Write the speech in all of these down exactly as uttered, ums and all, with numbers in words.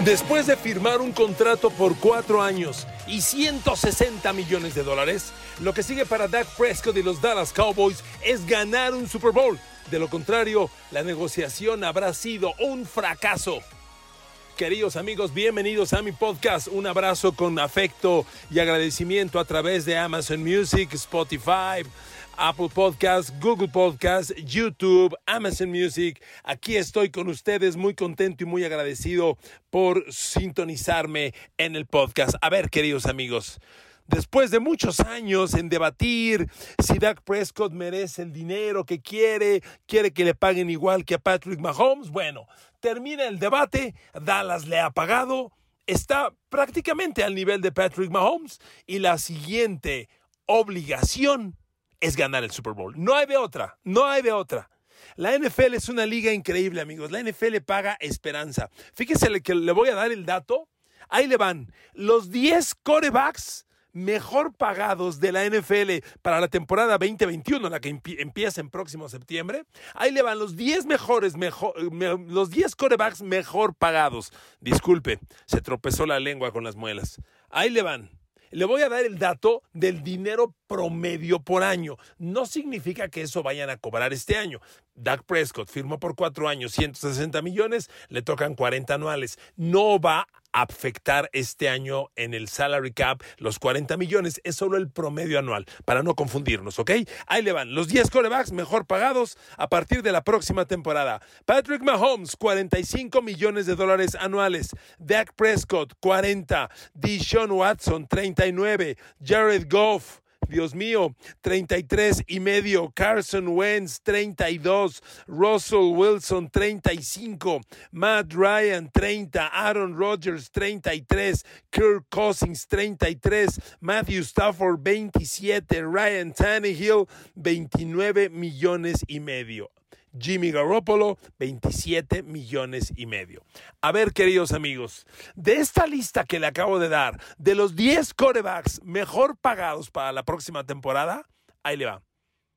Después de firmar un contrato por cuatro años y ciento sesenta millones de dólares, lo que sigue para Dak Prescott y los Dallas Cowboys es ganar un Super Bowl. De lo contrario, la negociación habrá sido un fracaso. Queridos amigos, bienvenidos a mi podcast. Un abrazo con afecto y agradecimiento a través de Amazon Music, Spotify, Apple Podcasts, Google Podcasts, YouTube, Amazon Music. Aquí estoy con ustedes muy contento y muy agradecido por sintonizarme en el podcast. A ver, queridos amigos, después de muchos años en debatir si Dak Prescott merece el dinero que quiere, quiere que le paguen igual que a Patrick Mahomes, bueno, termina el debate, Dallas le ha pagado, está prácticamente al nivel de Patrick Mahomes y la siguiente obligación es ganar el Super Bowl. No hay de otra, no hay de otra. La N F L es una liga increíble, amigos. La N F L paga esperanza. Fíjense que le voy a dar el dato. Ahí le van. Los diez quarterbacks mejor pagados de la N F L para la temporada veinte veintiuno, la que empie- empieza en próximo septiembre. Ahí le van los diez mejores, mejor, me, los diez quarterbacks mejor pagados. Disculpe, se tropezó la lengua con las muelas. Ahí le van. Le voy a dar el dato del dinero promedio por año. No significa que eso vayan a cobrar este año. Dak Prescott firmó por cuatro años, ciento sesenta millones, le tocan cuarenta anuales. No va a afectar este año en el salary cap los cuarenta millones. Es solo el promedio anual, para no confundirnos, ¿ok? Ahí le van los diez quarterbacks mejor pagados a partir de la próxima temporada. Patrick Mahomes, cuarenta y cinco millones de dólares anuales. Dak Prescott, cuarenta. Deshaun Watson, treinta y nueve. Jared Goff, Dios mío, treinta y tres y medio. Carson Wentz, treinta y dos. Russell Wilson, treinta y cinco. Matt Ryan, treinta. Aaron Rodgers, treinta y tres. Kirk Cousins, treinta y tres. Matthew Stafford, veintisiete. Ryan Tannehill, veintinueve millones y medio. Jimmy Garoppolo, veintisiete millones y medio. A ver, queridos amigos, de esta lista que le acabo de dar, de los diez quarterbacks mejor pagados para la próxima temporada, ahí le va.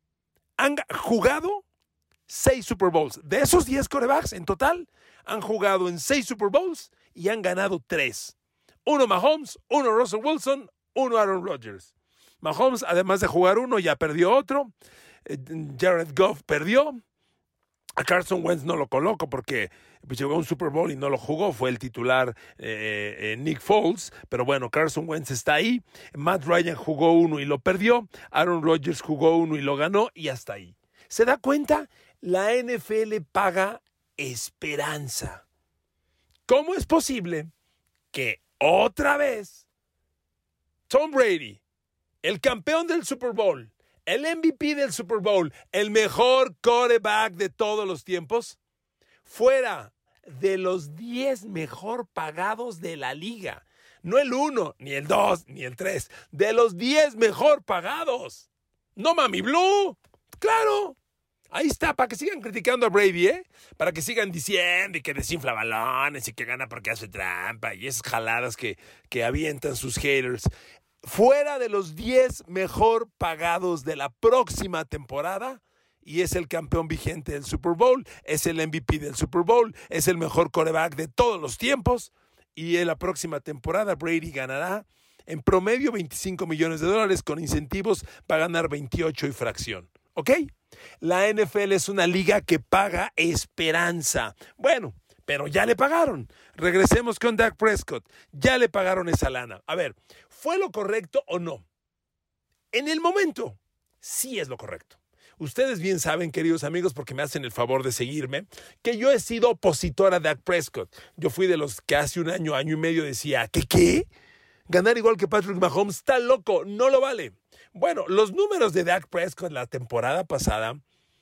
Han jugado seis Super Bowls. De esos diez quarterbacks en total, han jugado en seis Super Bowls y han ganado tres. Uno Mahomes, uno Russell Wilson, uno Aaron Rodgers. Mahomes, además de jugar uno, ya perdió otro. Jared Goff perdió. A Carson Wentz no lo coloco porque pues, llegó a un Super Bowl y no lo jugó. Fue el titular eh, eh, Nick Foles. Pero bueno, Carson Wentz está ahí. Matt Ryan jugó uno y lo perdió. Aaron Rodgers jugó uno y lo ganó. Y hasta ahí. ¿Se da cuenta? La N F L paga esperanza. ¿Cómo es posible que otra vez Tom Brady, el campeón del Super Bowl, el M V P del Super Bowl, el mejor quarterback de todos los tiempos, fuera de los diez mejor pagados de la liga? No el uno, ni el dos, ni el tres, de los diez mejor pagados. No mami blue, claro. Ahí está, para que sigan criticando a Brady, ¿eh? Para que sigan diciendo y que desinfla balones y que gana porque hace trampa y esas jaladas que, que avientan sus haters. Fuera de los diez mejor pagados de la próxima temporada, y es el campeón vigente del Super Bowl, es el M V P del Super Bowl, es el mejor quarterback de todos los tiempos, y en la próxima temporada Brady ganará en promedio veinticinco millones de dólares, con incentivos va a ganar veintiocho y fracción, ¿ok? La N F L es una liga que paga esperanza. Bueno, pero ya le pagaron. Regresemos con Dak Prescott. Ya le pagaron esa lana. A ver, ¿fue lo correcto o no? En el momento, sí es lo correcto. Ustedes bien saben, queridos amigos, porque me hacen el favor de seguirme, que yo he sido opositor a Dak Prescott. Yo fui de los que hace un año, año y medio decía, ¿qué qué? Ganar igual que Patrick Mahomes, está loco, no lo vale. Bueno, los números de Dak Prescott la temporada pasada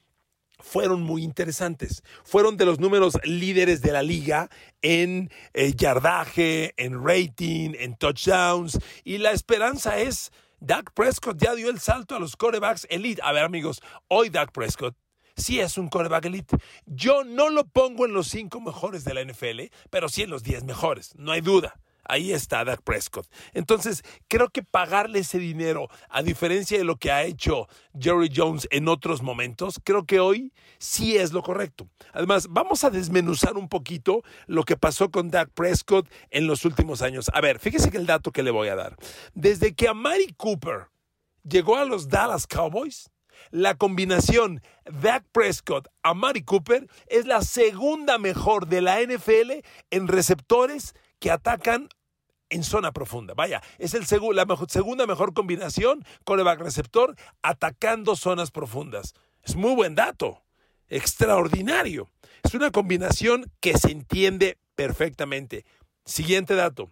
fueron muy interesantes. Fueron de los números líderes de la liga en eh, yardaje, en rating, en touchdowns. Y la esperanza es, Dak Prescott ya dio el salto a los quarterbacks elite. A ver, amigos, hoy Dak Prescott sí es un quarterback elite. Yo no lo pongo en los cinco mejores de la N F L, pero sí en los diez mejores, no hay duda. Ahí está Dak Prescott. Entonces, creo que pagarle ese dinero, a diferencia de lo que ha hecho Jerry Jones en otros momentos, creo que hoy sí es lo correcto. Además, vamos a desmenuzar un poquito lo que pasó con Dak Prescott en los últimos años. A ver, fíjese que el dato que le voy a dar. Desde que Amari Cooper llegó a los Dallas Cowboys, la combinación Dak Prescott, Amari Cooper es la segunda mejor de la N F L en receptores que atacan en zona profunda. Vaya, es el segu- la mejor, segunda mejor combinación quarterback receptor atacando zonas profundas. Es muy buen dato, extraordinario. Es una combinación que se entiende perfectamente. Siguiente dato.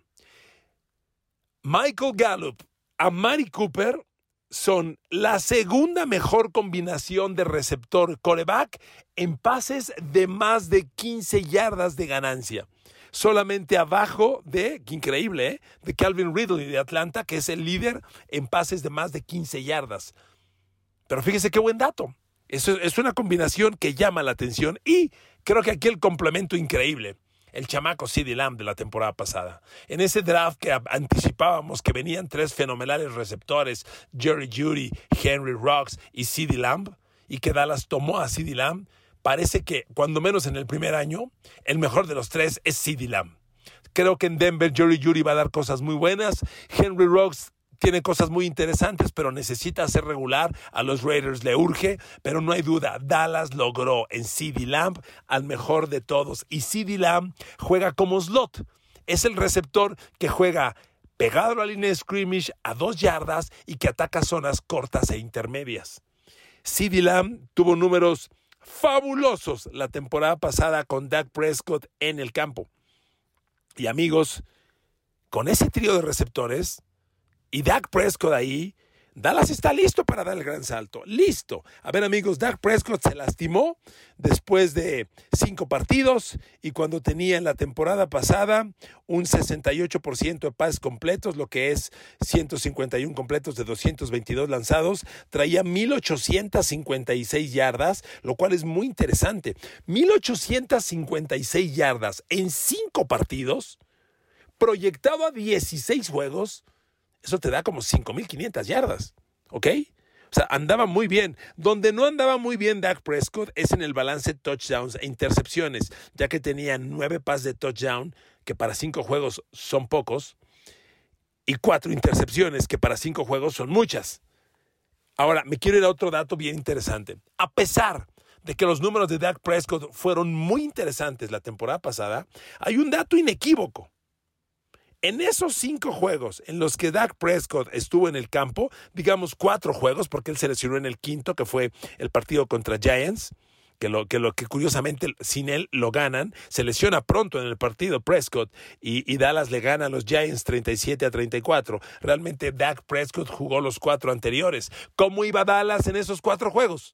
Michael Gallup, Amari Cooper son la segunda mejor combinación de receptor quarterback en pases de más de quince yardas de ganancia. Solamente abajo de, qué increíble, ¿eh? de Calvin Ridley de Atlanta, que es el líder en pases de más de quince yardas. Pero fíjese qué buen dato. Eso es una combinación que llama la atención y creo que aquí el complemento increíble. El chamaco CeeDee Lamb de la temporada pasada. En ese draft que anticipábamos que venían tres fenomenales receptores, Jerry Jeudy, Henry Ruggs y CeeDee Lamb, y que Dallas tomó a CeeDee Lamb, parece que, cuando menos en el primer año, el mejor de los tres es CeeDee Lamb. Creo que en Denver Jerry Jeudy va a dar cosas muy buenas. Henry Ruggs tiene cosas muy interesantes, pero necesita ser regular. A los Raiders le urge, pero no hay duda. Dallas logró en CeeDee Lamb al mejor de todos. Y CeeDee Lamb juega como slot. Es el receptor que juega pegado a la línea de scrimmage a dos yardas y que ataca zonas cortas e intermedias. CeeDee Lamb tuvo números fabulosos la temporada pasada con Dak Prescott en el campo. Y amigos, con ese trío de receptores y Dak Prescott ahí, Dallas está listo para dar el gran salto. Listo. A ver, amigos, Dak Prescott se lastimó después de cinco partidos y cuando tenía en la temporada pasada un sesenta y ocho por ciento de pases completos, lo que es ciento cincuenta y uno completos de doscientos veintidós lanzados, traía mil ochocientas cincuenta y seis yardas, lo cual es muy interesante. mil ochocientas cincuenta y seis yardas en cinco partidos, proyectado a dieciséis juegos. Eso te da como cinco mil quinientas yardas, ¿ok? O sea, andaba muy bien. Donde no andaba muy bien Dak Prescott es en el balance touchdowns e intercepciones, ya que tenía nueve pases de touchdown, que para cinco juegos son pocos, y cuatro intercepciones, que para cinco juegos son muchas. Ahora, me quiero ir a otro dato bien interesante. A pesar de que los números de Dak Prescott fueron muy interesantes la temporada pasada, hay un dato inequívoco. En esos cinco juegos en los que Dak Prescott estuvo en el campo, digamos cuatro juegos, porque él se lesionó en el quinto, que fue el partido contra Giants, que lo que, lo que curiosamente sin él lo ganan, se lesiona pronto en el partido Prescott y, y Dallas le gana a los Giants treinta y siete a treinta y cuatro. Realmente Dak Prescott jugó los cuatro anteriores. ¿Cómo iba Dallas en esos cuatro juegos?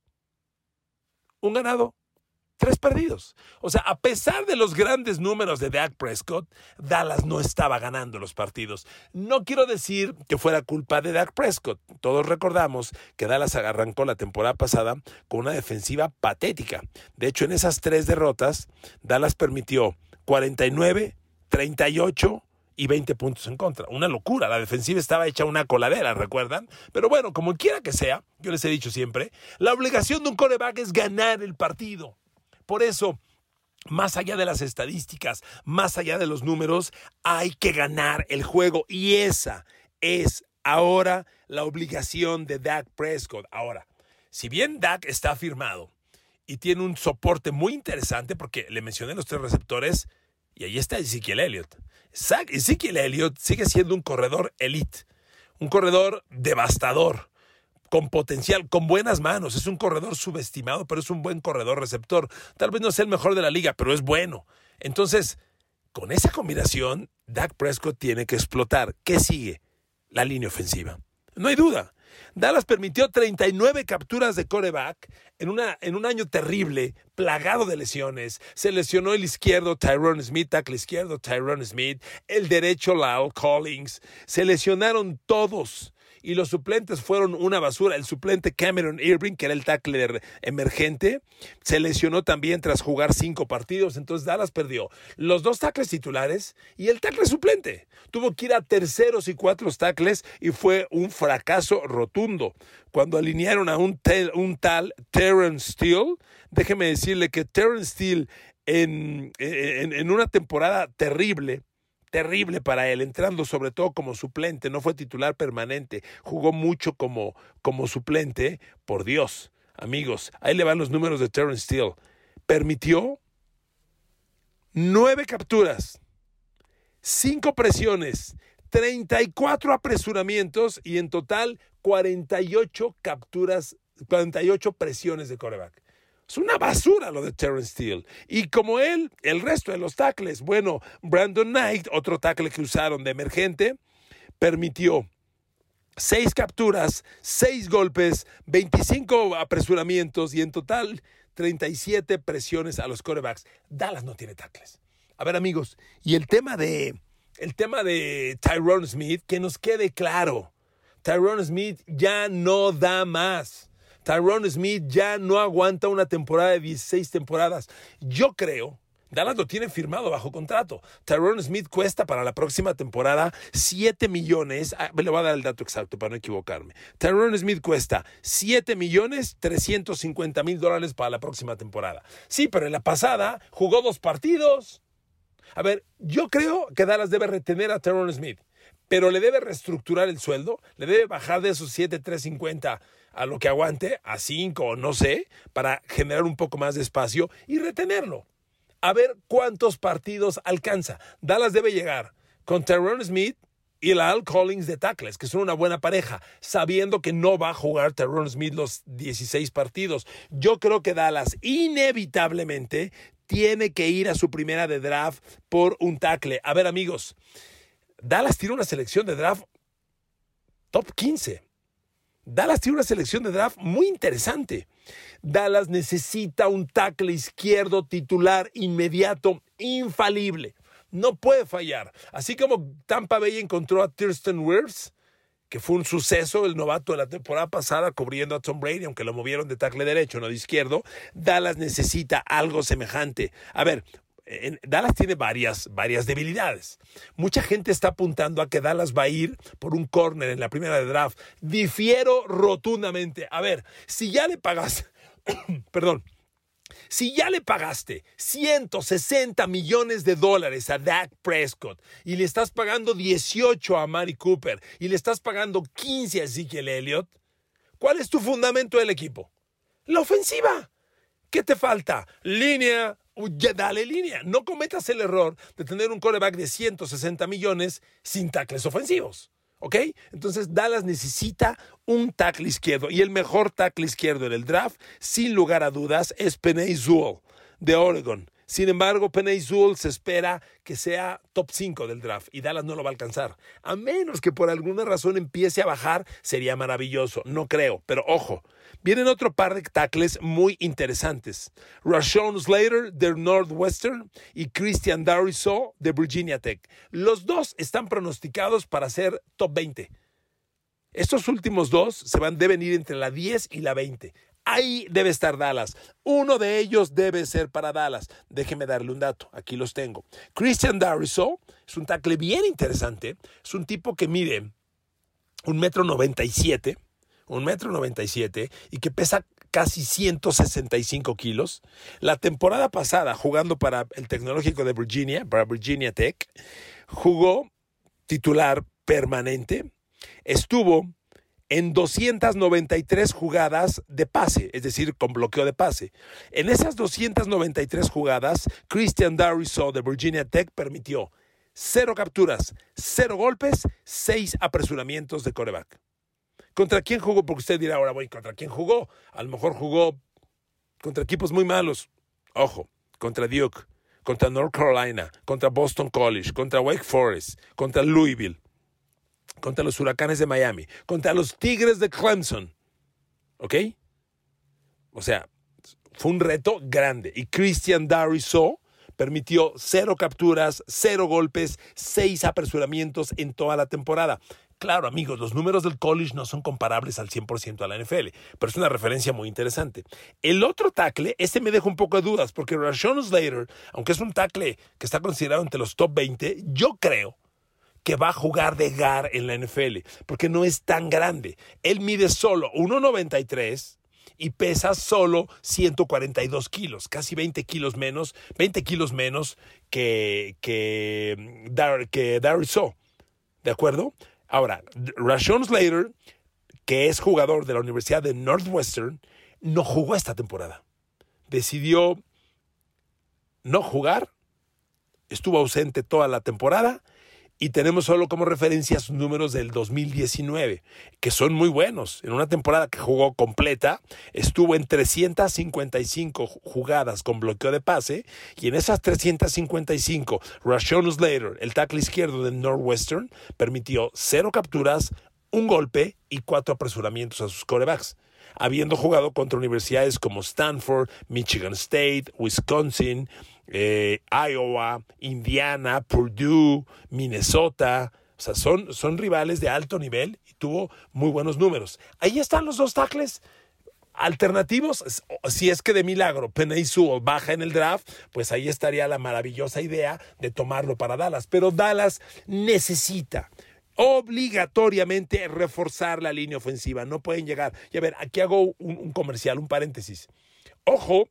Un ganado, tres perdidos. O sea, a pesar de los grandes números de Dak Prescott, Dallas no estaba ganando los partidos. No quiero decir que fuera culpa de Dak Prescott. Todos recordamos que Dallas arrancó la temporada pasada con una defensiva patética. De hecho, en esas tres derrotas, Dallas permitió cuarenta y nueve, treinta y ocho y veinte puntos en contra. Una locura. La defensiva estaba hecha una coladera, ¿recuerdan? Pero bueno, como quiera que sea, yo les he dicho siempre, la obligación de un quarterback es ganar el partido. Por eso, más allá de las estadísticas, más allá de los números, hay que ganar el juego. Y esa es ahora la obligación de Dak Prescott. Ahora, si bien Dak está firmado y tiene un soporte muy interesante, porque le mencioné los tres receptores, y ahí está Ezekiel Elliott. Ezekiel Elliott sigue siendo un corredor elite, un corredor devastador, con potencial, con buenas manos. Es un corredor subestimado, pero es un buen corredor receptor. Tal vez no sea el mejor de la liga, pero es bueno. Entonces, con esa combinación, Dak Prescott tiene que explotar. ¿Qué sigue? La línea ofensiva. No hay duda. Dallas permitió treinta y nueve capturas de quarterback en, una, en un año terrible, plagado de lesiones. Se lesionó el izquierdo Tyron Smith, tackle izquierdo Tyron Smith, el derecho La'el Collins. Se lesionaron todos. y los suplentes fueron una basura. El suplente Cameron Irving, que era el tackle emergente, se lesionó también tras jugar cinco partidos, entonces Dallas perdió los dos tackles titulares y el tackle suplente. Tuvo que ir a terceros y cuatros tackles y fue un fracaso rotundo. Cuando alinearon a un, tel, un tal Terrence Steele, déjeme decirle que Terrence Steele en, en, en una temporada terrible, Terrible para él, entrando sobre todo como suplente, no fue titular permanente, jugó mucho como, como suplente, por Dios, amigos, ahí le van los números de Terrence Steele. Permitió nueve capturas, cinco presiones, treinta y cuatro apresuramientos y en total cuarenta y ocho capturas, cuarenta y ocho presiones de quarterback. Es una basura lo de Terrence Steele. Y como él, el resto de los tackles. Bueno, Brandon Knight, otro tackle que usaron de emergente, permitió seis capturas, seis golpes, veinticinco apresuramientos y en total treinta y siete presiones a los quarterbacks. Dallas no tiene tackles. A ver, amigos, y el tema de, el tema de Tyron Smith, que nos quede claro. Tyron Smith ya no da más. Tyron Smith ya no aguanta una temporada de dieciséis temporadas. Yo creo, Dallas lo tiene firmado bajo contrato. Tyron Smith cuesta para la próxima temporada siete millones. Ah, le voy a dar el dato exacto para no equivocarme. Tyron Smith cuesta siete millones trescientos cincuenta mil dólares para la próxima temporada. Sí, pero en la pasada jugó dos partidos. A ver, yo creo que Dallas debe retener a Tyron Smith, pero le debe reestructurar el sueldo, le debe bajar de esos siete mil trescientos cincuenta a lo que aguante, a cinco o no sé, para generar un poco más de espacio y retenerlo. A ver cuántos partidos alcanza. Dallas debe llegar con Tyron Smith y la Al Collins de tackles, que son una buena pareja, sabiendo que no va a jugar Tyron Smith los dieciséis partidos. Yo creo que Dallas inevitablemente tiene que ir a su primera de draft por un tackle. A ver, amigos, Dallas tiene una selección de draft top quince. Dallas tiene una selección de draft muy interesante. Dallas necesita un tackle izquierdo titular inmediato, infalible. No puede fallar. Así como Tampa Bay encontró a Thurston Wirfs, que fue un suceso, el novato de la temporada pasada, cubriendo a Tom Brady, aunque lo movieron de tackle derecho, no de izquierdo. Dallas necesita algo semejante. A ver, En Dallas tiene varias, varias debilidades. Mucha gente está apuntando a que Dallas va a ir por un corner en la primera de draft. Difiero rotundamente. A ver, si ya le pagaste, perdón, si ya le pagaste ciento sesenta millones de dólares a Dak Prescott y le estás pagando dieciocho a Amari Cooper y le estás pagando quince a Ezekiel Elliott, ¿cuál es tu fundamento del equipo? La ofensiva. ¿Qué te falta? Línea. Ya dale línea. No cometas el error de tener un quarterback de ciento sesenta millones sin tackles ofensivos. ¿Ok? Entonces Dallas necesita un tackle izquierdo. Y el mejor tackle izquierdo en el draft, sin lugar a dudas, es Penei Sewell de Oregon. Sin embargo, Penei Sewell se espera que sea top cinco del draft y Dallas no lo va a alcanzar. A menos que por alguna razón empiece a bajar, sería maravilloso. No creo, pero ojo. Vienen otro par de tackles muy interesantes. Rashawn Slater de Northwestern y Christian Darrisaw de Virginia Tech. Los dos están pronosticados para ser top veinte. Estos últimos dos se van, deben ir entre la diez y la veinte. Ahí debe estar Dallas. Uno de ellos debe ser para Dallas. Déjeme darle un dato. Aquí los tengo. Christian Darrisaw es un tackle bien interesante. Es un tipo que mide un metro noventa y siete. Un metro noventa y siete y que pesa casi ciento sesenta y cinco kilos. La temporada pasada, jugando para el Tecnológico de Virginia, para Virginia Tech, jugó titular permanente. Estuvo en doscientas noventa y tres jugadas de pase, es decir, con bloqueo de pase. En esas doscientas noventa y tres jugadas, Christian Darrisaw de Virginia Tech permitió cero capturas, cero golpes, seis apresuramientos de quarterback. ¿Contra quién jugó? Porque usted dirá ahora, voy, ¿contra quién jugó? A lo mejor jugó contra equipos muy malos. Ojo, contra Duke, contra North Carolina, contra Boston College, contra Wake Forest, contra Louisville, contra los Huracanes de Miami, contra los Tigres de Clemson. ¿Ok? O sea, fue un reto grande. Y Christian Darrisaw permitió cero capturas, cero golpes, seis apresuramientos en toda la temporada. Claro, amigos, los números del college no son comparables al cien por ciento a la N F L, pero es una referencia muy interesante. El otro tackle, este me deja un poco de dudas, porque Rashawn Slater, aunque es un tackle que está considerado entre los top veinte, yo creo que va a jugar de guard en la N F L, porque no es tan grande. Él mide solo uno noventa y tres y pesa solo ciento cuarenta y dos kilos, casi veinte kilos menos, veinte kilos menos que, que, Dar, que Darius Sowell, ¿de acuerdo? Ahora, Rashawn Slater, que es jugador de la Universidad de Northwestern, no jugó esta temporada. Decidió no jugar, estuvo ausente toda la temporada y tenemos solo como referencia sus números del dos mil diecinueve, que son muy buenos. En una temporada que jugó completa, estuvo en trescientas cincuenta y cinco jugadas con bloqueo de pase, y en esas trescientas cincuenta y cinco, Rashawn Slater, el tackle izquierdo de Northwestern, permitió cero capturas, un golpe y cuatro apresuramientos a sus quarterbacks, habiendo jugado contra universidades como Stanford, Michigan State, Wisconsin, eh, Iowa, Indiana, Purdue, Minnesota. O sea, son, son rivales de alto nivel y tuvo muy buenos números. Ahí están los dos tackles alternativos. Si es que de milagro Penei Sewell baja en el draft, pues ahí estaría la maravillosa idea de tomarlo para Dallas. Pero Dallas necesita obligatoriamente reforzar la línea ofensiva. No pueden llegar. Y a ver, aquí hago un, un comercial, un paréntesis. Ojo,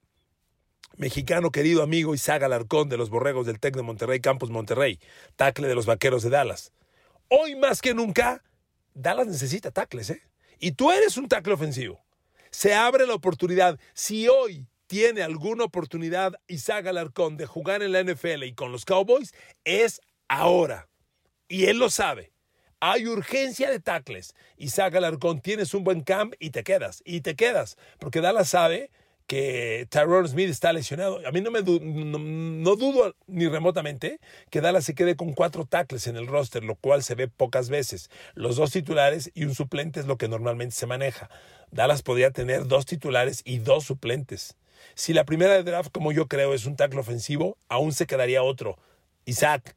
mexicano querido amigo Isaac Alarcón de los Borregos del Tec de Monterrey, Campus Monterrey, tackle de los Vaqueros de Dallas. Hoy más que nunca, Dallas necesita tackles, ¿eh? Y tú eres un tackle ofensivo. Se abre la oportunidad. Si hoy tiene alguna oportunidad Isaac Alarcón de jugar en la N F L y con los Cowboys, es ahora. Y él lo sabe. Hay urgencia de tackles. Isaac Alarcón, tienes un buen camp y te quedas. Y te quedas. Porque Dallas sabe que Tyron Smith está lesionado. A mí no me du- no, no dudo ni remotamente que Dallas se quede con cuatro tackles en el roster, lo cual se ve pocas veces. Los dos titulares y un suplente es lo que normalmente se maneja. Dallas podría tener dos titulares y dos suplentes. Si la primera de draft, como yo creo, es un tackle ofensivo, aún se quedaría otro. Isaac,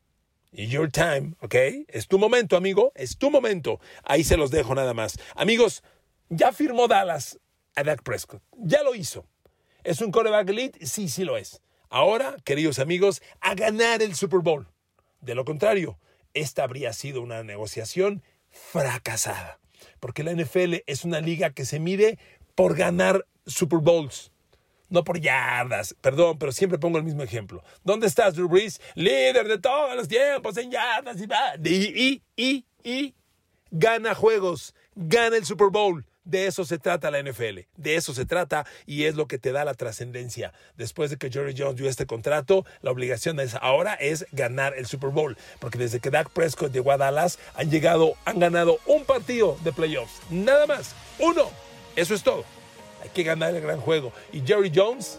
your time, ¿ok? Es tu momento, amigo, es tu momento. Ahí se los dejo nada más. Amigos, ya firmó Dallas a Dak Prescott. Ya lo hizo. ¿Es un quarterback elite? Sí, sí lo es. Ahora, queridos amigos, a ganar el Super Bowl. De lo contrario, esta habría sido una negociación fracasada. Porque la N F L es una liga que se mide por ganar Super Bowls, no por yardas. Perdón, pero siempre pongo el mismo ejemplo. ¿Dónde estás, Drew Brees? Líder de todos los tiempos en yardas y va. Y, y, y, y gana juegos, gana el Super Bowl. De eso se trata la N F L, de eso se trata y es lo que te da la trascendencia. Después de que Jerry Jones dio este contrato, la obligación es ahora es ganar el Super Bowl, porque desde que Dak Prescott llegó a Dallas han llegado, han ganado un partido de playoffs, nada más, uno, eso es todo. Hay que ganar el gran juego. Y Jerry Jones,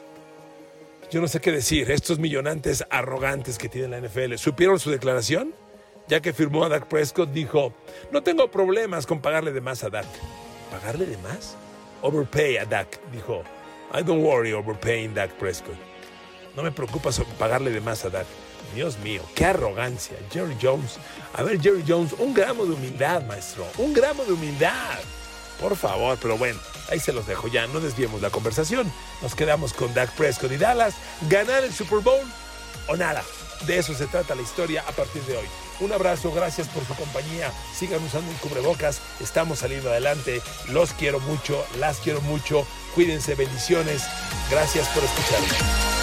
yo no sé qué decir, estos millonantes arrogantes que tiene la N F L, ¿supieron su declaración? Ya que firmó a Dak Prescott, dijo, no tengo problemas con pagarle de más a Dak. ¿Pagarle de más? Overpay a Dak, dijo. I don't worry overpaying Dak Prescott. No me preocupa pagarle de más a Dak. Dios mío, qué arrogancia. Jerry Jones. A ver, Jerry Jones, un gramo de humildad, maestro. Un gramo de humildad. Por favor, pero bueno, ahí se los dejo ya. No desviemos la conversación. Nos quedamos con Dak Prescott y Dallas. ¿Ganar el Super Bowl o nada? De eso se trata la historia a partir de hoy. Un abrazo, gracias por su compañía. Sigan usando el cubrebocas. Estamos saliendo adelante. Los quiero mucho, las quiero mucho. Cuídense, bendiciones. Gracias por escucharme.